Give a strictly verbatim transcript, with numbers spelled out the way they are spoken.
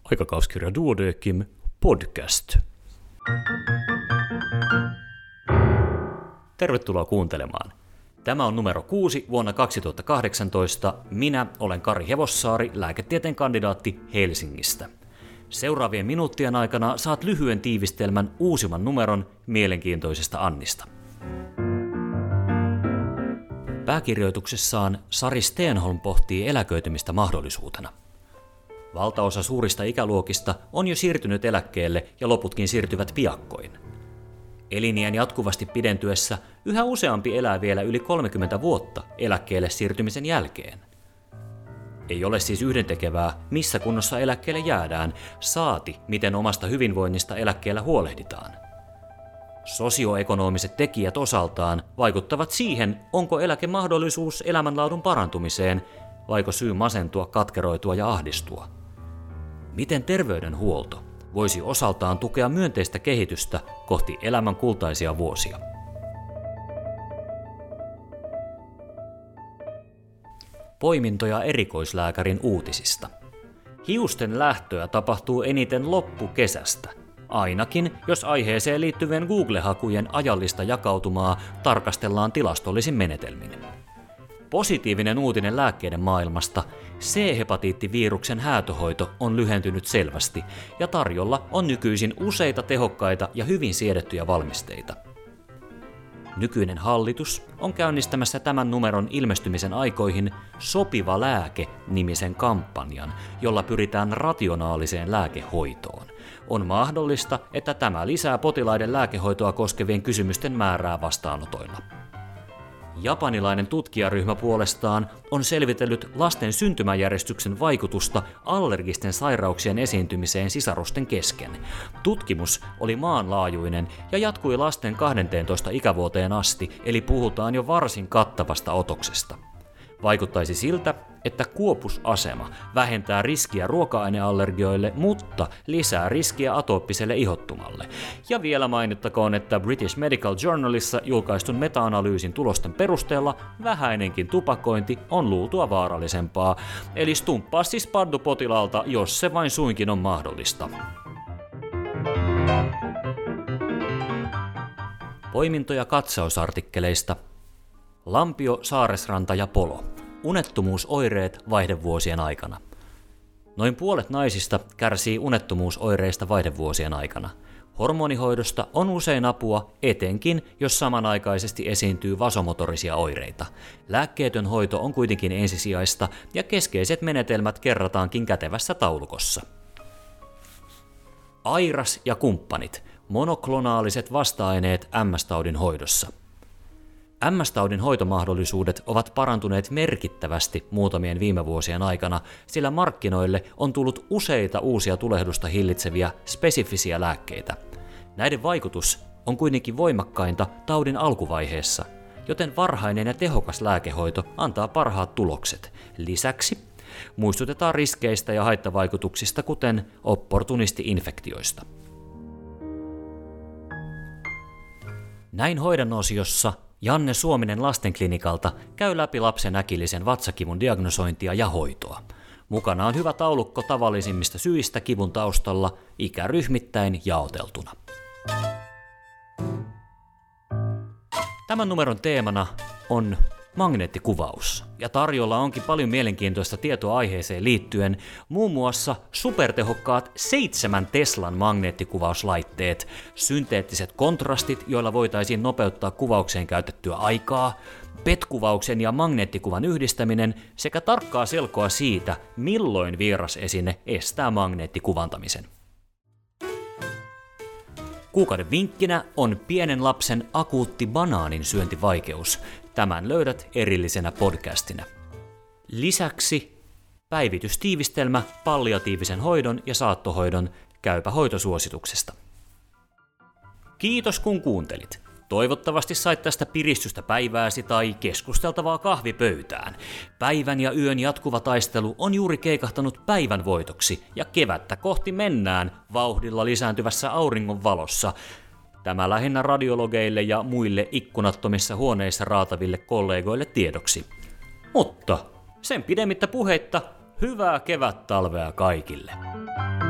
Aikakauskirja Duodecim podcast. Tervetuloa kuuntelemaan. Tämä on numero kuusi vuonna kaksituhattakahdeksantoista. Minä olen Kari Hevossaari, lääketieteen kandidaatti Helsingistä. Seuraavien minuuttien aikana saat lyhyen tiivistelmän uusimman numeron mielenkiintoisesta Annista. Pääkirjoituksessaan Sari Stenholm pohtii eläköitymistä mahdollisuutena. Valtaosa suurista ikäluokista on jo siirtynyt eläkkeelle ja loputkin siirtyvät piakkoin. Eliniän jatkuvasti pidentyessä yhä useampi elää vielä yli kolmekymmentä vuotta eläkkeelle siirtymisen jälkeen. Ei ole siis yhdentekevää, missä kunnossa eläkkeelle jäädään, saati miten omasta hyvinvoinnista eläkkeellä huolehditaan. Sosioekonomiset tekijät osaltaan vaikuttavat siihen, onko eläke mahdollisuus elämänlaadun parantumiseen, vaiko syy masentua, katkeroitua ja ahdistua. Miten terveydenhuolto voisi osaltaan tukea myönteistä kehitystä kohti elämän kultaisia vuosia? Poimintoja erikoislääkärin uutisista. Hiusten lähtöä tapahtuu eniten loppukesästä, ainakin jos aiheeseen liittyvien Google-hakujen ajallista jakautumaa tarkastellaan tilastollisin menetelmin. Positiivinen uutinen lääkkeiden maailmasta, C-hepatiittiviruksen häätöhoito on lyhentynyt selvästi ja tarjolla on nykyisin useita tehokkaita ja hyvin siedettyjä valmisteita. Nykyinen hallitus on käynnistämässä tämän numeron ilmestymisen aikoihin Sopiva lääke-nimisen kampanjan, jolla pyritään rationaaliseen lääkehoitoon. On mahdollista, että tämä lisää potilaiden lääkehoitoa koskevien kysymysten määrää vastaanotoilla. Japanilainen tutkijaryhmä puolestaan on selvitellyt lasten syntymäjärjestyksen vaikutusta allergisten sairauksien esiintymiseen sisarusten kesken. Tutkimus oli maanlaajuinen ja jatkui lasten kahteentoista ikävuoteen asti, eli puhutaan jo varsin kattavasta otoksesta. Vaikuttaisi siltä, että kuopusasema vähentää riskiä ruoka-aineallergioille, mutta lisää riskiä atooppiselle ihottumalle. Ja vielä mainittakoon, että British Medical Journalissa julkaistun meta-analyysin tulosten perusteella vähäinenkin tupakointi on luultua vaarallisempaa, eli stumppaa siis paddupotilaalta, jos se vain suinkin on mahdollista. Poimintoja katsausartikkeleista. Lampio, Saaresranta ja Polo. Unettomuusoireet vaihdevuosien aikana. Noin puolet naisista kärsii unettomuusoireista vaihdevuosien aikana. Hormonihoidosta on usein apua, etenkin jos samanaikaisesti esiintyy vasomotorisia oireita. Lääkkeetön hoito on kuitenkin ensisijaista ja keskeiset menetelmät kerrataankin kätevässä taulukossa. Airas ja kumppanit. Monoklonaaliset vasta-aineet M S-taudin hoidossa. M S-taudin hoitomahdollisuudet ovat parantuneet merkittävästi muutamien viime vuosien aikana, sillä markkinoille on tullut useita uusia tulehdusta hillitseviä spesifisiä lääkkeitä. Näiden vaikutus on kuitenkin voimakkainta taudin alkuvaiheessa, joten varhainen ja tehokas lääkehoito antaa parhaat tulokset. Lisäksi muistutetaan riskeistä ja haittavaikutuksista, kuten opportunisti-infektioista. Näin hoidon osiossa Janne Suominen lastenklinikalta käy läpi lapsen äkillisen vatsakivun diagnosointia ja hoitoa. Mukana on hyvä taulukko tavallisimmista syistä kivun taustalla ikäryhmittäin jaoteltuna. Tämän numeron teemana on magneettikuvaus, ja tarjolla onkin paljon mielenkiintoista tietoa aiheeseen liittyen, muun muassa supertehokkaat seitsemän Teslan magneettikuvauslaitteet, synteettiset kontrastit, joilla voitaisiin nopeuttaa kuvaukseen käytettyä aikaa, P E T-kuvauksen ja magneettikuvan yhdistäminen sekä tarkkaa selkoa siitä, milloin vierasesine estää magneettikuvantamisen. Kuukauden vinkkinä on pienen lapsen akuutti banaanin syöntivaikeus. Tämän löydät erillisenä podcastina. Lisäksi päivitystiivistelmä palliatiivisen hoidon ja saattohoidon käypä hoitosuosituksesta. Kiitos kun kuuntelit. Toivottavasti sait tästä piristystä päivääsi tai keskusteltavaa kahvipöytään. Päivän ja yön jatkuva taistelu on juuri keikahtanut päivän voitoksi ja kevättä kohti mennään vauhdilla lisääntyvässä auringon valossa. Tämä lähinnä radiologeille ja muille ikkunattomissa huoneissa raataville kollegoille tiedoksi. Mutta sen pidemmittä puheitta, hyvää kevättalvea kaikille!